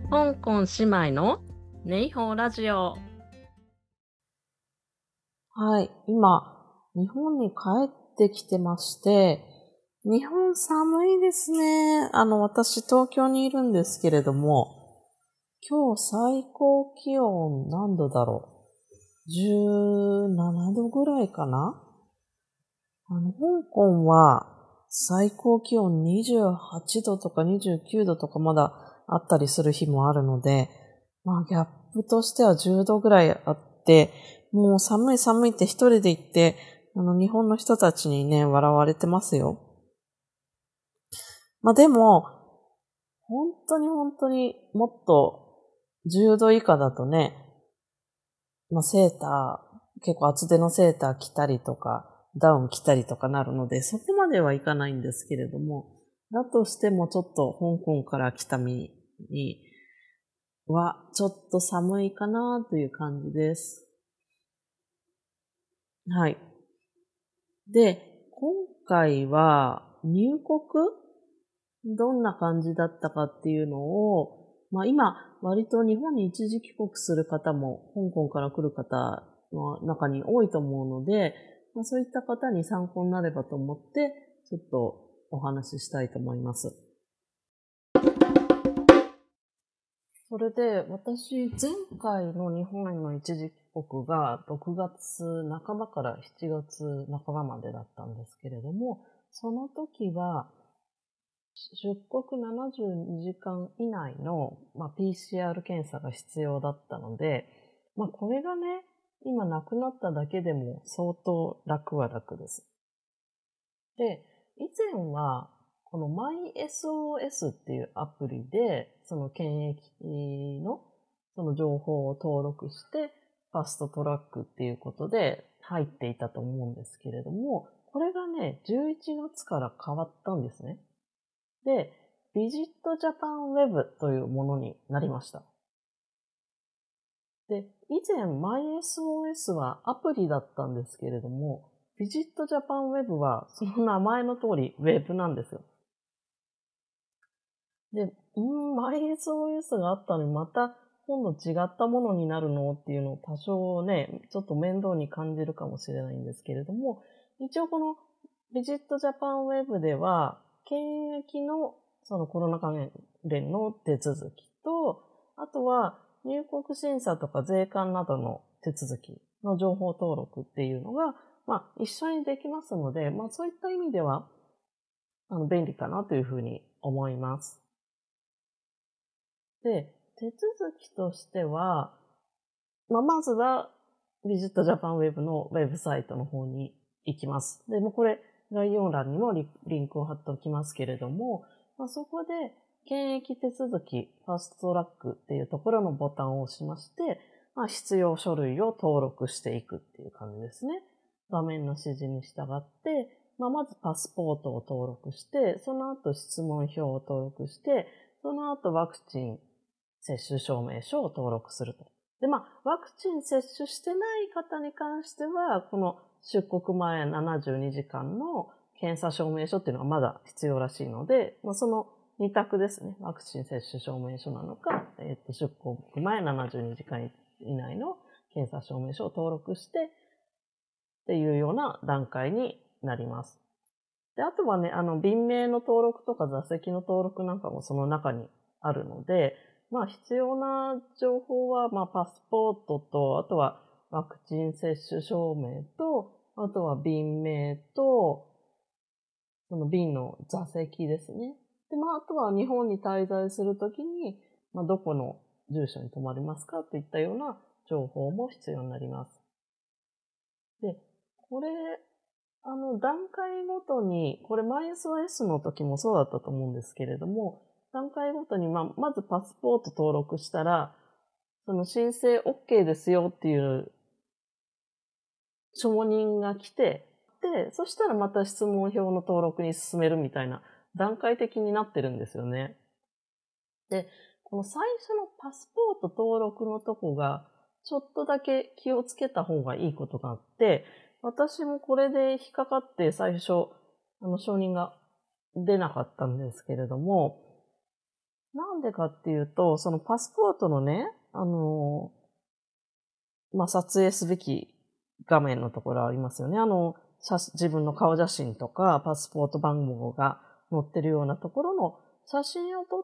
香港姉妹のネイホーラジオ。 はい。今、日本に帰ってきてまして、日本寒いですね。私東京にいるんですけれども、今日最高気温何度だろう。17度ぐらいかな。香港は最高気温28度とか29度とかまだあったりする日もあるので、ギャップとしては10度ぐらいあって、もう寒い寒いって一人で行って、日本の人たちにね、笑われてますよ。でも、本当にもっと10度以下だとね、セーター、結構厚手のセーター着たりとか、ダウン着たりとかなるので、そこまではいかないんですけれども、だとしてもちょっと香港から来た身にはちょっと寒いかなという感じです。はい。で、今回は入国どんな感じだったかっていうのを、今、割と日本に一時帰国する方も、香港から来る方の中に多いと思うので、そういった方に参考になればと思って、ちょっとお話ししたいと思います。それで、私、前回の日本への一時帰国が6月半ばから7月半ばまでだったんですけれども、その時は、出国72時間以内の、PCR 検査が必要だったので、これがね、今なくなっただけでも相当楽は楽です。で、以前は、この MySOS っていうアプリで、その検疫のその情報を登録して、ファストトラックっていうことで入っていたと思うんですけれども、これがね、11月から変わったんですね。で、ビジットジャパンウェブというものになりました。で、以前 MySOS はアプリだったんですけれども、ビジットジャパンウェブはその名前の通りウェブなんですよ。で、MySOS があったのにまた今度違ったものになるのっていうのを多少ね、ちょっと面倒に感じるかもしれないんですけれども、一応このビジットジャパンウェブでは、検疫のそのコロナ関連の手続きと、あとは入国審査とか税関などの手続きの情報登録っていうのが、一緒にできますので、そういった意味では、便利かなというふうに思います。で、手続きとしては、まずは、ビジットジャパンウェブのウェブサイトの方に行きます。で、もうこれ、概要欄にもリンクを貼っておきますけれども、そこで、検疫手続き、ファーストトラックっていうところのボタンを押しまして、必要書類を登録していくっていう感じですね。画面の指示に従って、まずパスポートを登録して、その後質問票を登録して、その後ワクチン接種証明書を登録すると。で、ワクチン接種してない方に関しては、この出国前72時間の検査証明書っていうのがまだ必要らしいので、その2択ですね。ワクチン接種証明書なのか、出国前72時間以内の検査証明書を登録して、っていうような段階になります。で、あとはね、便名の登録とか座席の登録なんかもその中にあるので、必要な情報は、パスポートと、あとはワクチン接種証明と、あとは便名と、その便の座席ですね。で、あとは日本に滞在するときに、どこの住所に泊まりますかといったような情報も必要になります。で、これ、段階ごとに、これ MySOS の時もそうだったと思うんですけれども、段階ごとに、まずパスポート登録したら、その申請 OK ですよっていう承認が来て、で、そしたらまた質問票の登録に進めるみたいな段階的になってるんですよね。で、この最初のパスポート登録のとこが、ちょっとだけ気をつけた方がいいことがあって、私もこれで引っかかって最初、承認が出なかったんですけれども、 なんでかっていうと、そのパスポートのね、撮影すべき画面のところありますよね。自分の顔写真とか、パスポート番号が載ってるようなところの写真を撮って、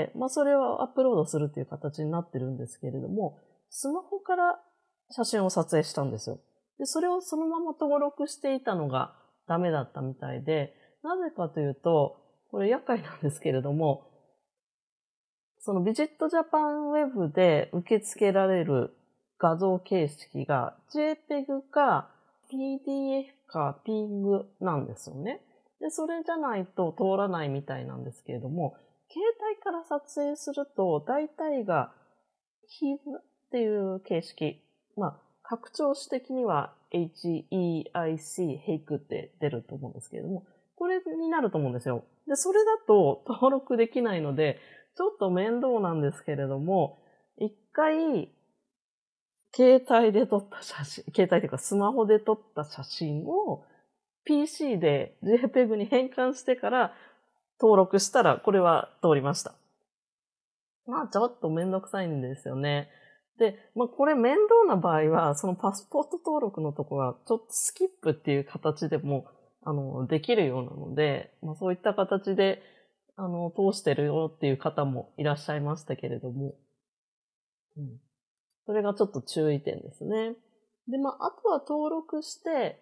それをアップロードするっていう形になってるんですけれども、スマホから写真を撮影したんですよ。で、それをそのまま登録していたのがダメだったみたいで、なぜかというと、これ厄介なんですけれども、そのビジットジャパンウェブで受け付けられる画像形式が JPEG か PDF か PNG なんですよね。で、それじゃないと通らないみたいなんですけれども、携帯から撮影すると大体が HEIC っていう形式。拡張子的には HEIC、HEIC って出ると思うんですけれども、これになると思うんですよ。で、それだと登録できないので、ちょっと面倒なんですけれども、一回、携帯で撮った写真、携帯というかスマホで撮った写真を PC で JPEG に変換してから登録したら、これは通りました。ちょっとめんどくさいんですよね。で、これ面倒な場合は、そのパスポート登録のとこは、ちょっとスキップっていう形でも、できるようなので、そういった形で、通してるよっていう方もいらっしゃいましたけれども、それがちょっと注意点ですね。で、あとは登録して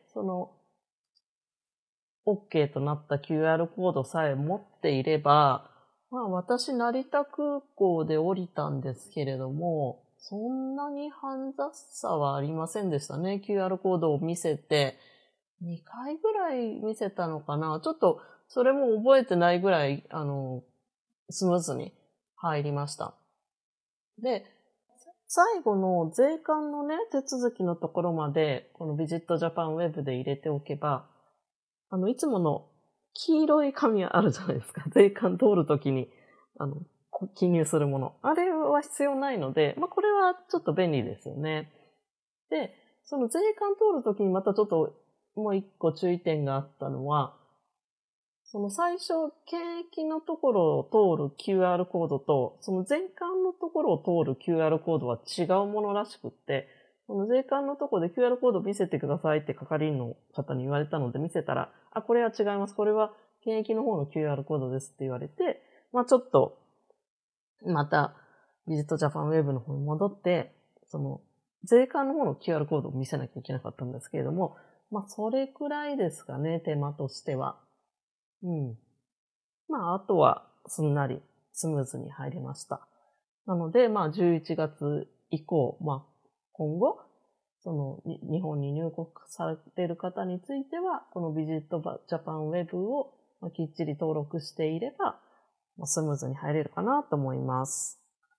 、OK となった QR コードさえ持っていれば、私、成田空港で降りたんですけれども、そんなに煩雑さはありませんでしたね。QR コードを見せて、2回ぐらい見せたのかな。ちょっと、それも覚えてないぐらい、スムーズに入りました。で、最後の税関のね、手続きのところまで、このビジットジャパンウェブで入れておけば、いつもの黄色い紙あるじゃないですか。税関通るときに、記入するもの。あれは必要ないので、これはちょっと便利ですよね。で、その税関通るときにまたちょっともう一個注意点があったのは、その最初、検疫のところを通る QR コードと、その税関のところを通る QR コードは違うものらしくって、その税関のところで QR コード見せてくださいって係員の方に言われたので見せたら、これは違います。これは検疫の方の QR コードですって言われて、ちょっと、また、ビジットジャパンウェブの方に戻って、その、税関の方の QR コードを見せなきゃいけなかったんですけれども、それくらいですかね、手間としては。あとは、すんなり、スムーズに入りました。なので、11月以降、今後、日本に入国されている方については、このビジットジャパンウェブをきっちり登録していれば、スムーズに入れるかなと思います。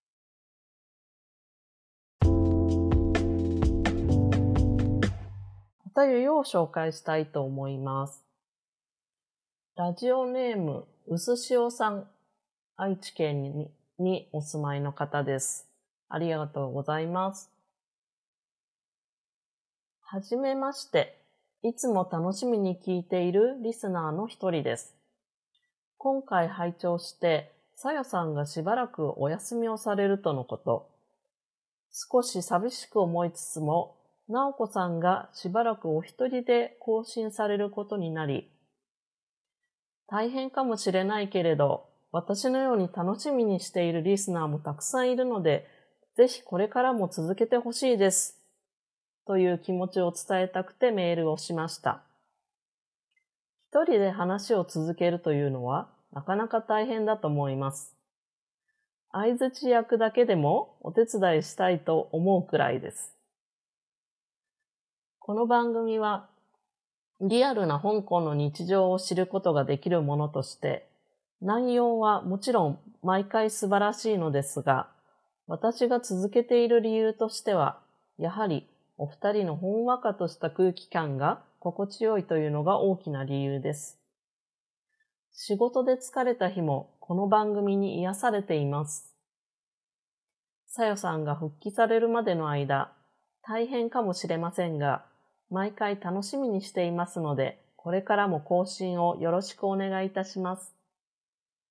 お便りを紹介したいと思います。ラジオネーム、うすしおさん、愛知県にお住まいの方です。ありがとうございます。はじめまして。いつも楽しみに聞いているリスナーの一人です。今回拝聴して、さよさんがしばらくお休みをされるとのこと。少し寂しく思いつつも、なおこさんがしばらくお一人で更新されることになり、大変かもしれないけれど、私のように楽しみにしているリスナーもたくさんいるので、ぜひこれからも続けてほしいです。という気持ちを伝えたくてメールをしました。一人で話を続けるというのはなかなか大変だと思います。相槌役だけでもお手伝いしたいと思うくらいです。この番組はリアルな香港の日常を知ることができるものとして、内容はもちろん毎回素晴らしいのですが、私が続けている理由としては、やはりお二人のほんわかとした空気感が心地よいというのが大きな理由です。仕事で疲れた日もこの番組に癒されています。さよさんが復帰されるまでの間、大変かもしれませんが、毎回楽しみにしていますので、これからも更新をよろしくお願いいたします。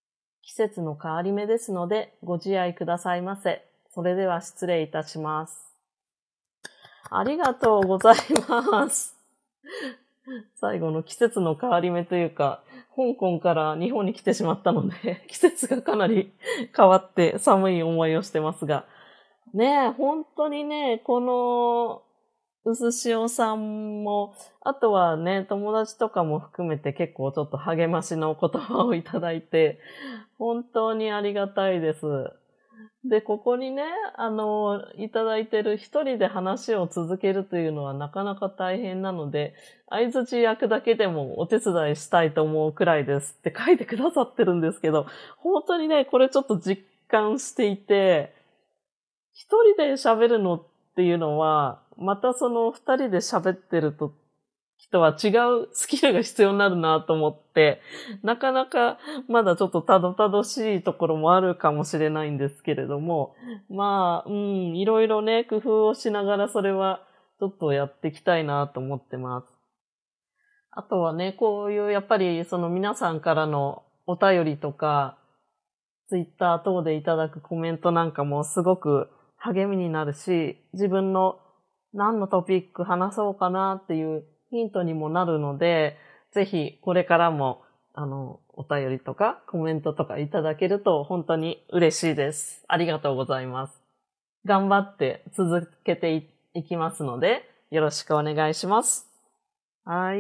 季節の変わり目ですのでご自愛くださいませ。それでは失礼いたします。ありがとうございます。最後の季節の変わり目というか、香港から日本に来てしまったので、季節がかなり変わって寒い思いをしてますが。ねえ、本当にね、この、うすしおさんも、あとはね、友達とかも含めて結構ちょっと励ましの言葉をいただいて、本当にありがたいです。で、ここにね、いただいてる一人で話を続けるというのはなかなか大変なので、相槌役だけでもお手伝いしたいと思うくらいですって書いてくださってるんですけど、本当にね、これちょっと実感していて、一人で喋るのっていうのは、またその二人で喋ってるととは違うスキルが必要になるなと思って、なかなかまだちょっとたどたどしいところもあるかもしれないんですけれども、まあ、いろいろね、工夫をしながらそれはちょっとやっていきたいなと思ってます。あとはね、こういうやっぱりその皆さんからのお便りとか、ツイッター等でいただくコメントなんかもすごく励みになるし、自分の何のトピック話そうかなっていうヒントにもなるので、ぜひこれからもお便りとかコメントとかいただけると本当に嬉しいです。ありがとうございます。頑張って続けていきますので、よろしくお願いします。はい。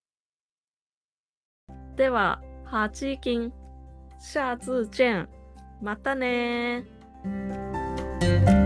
では、ハチキン、下次见。またねー。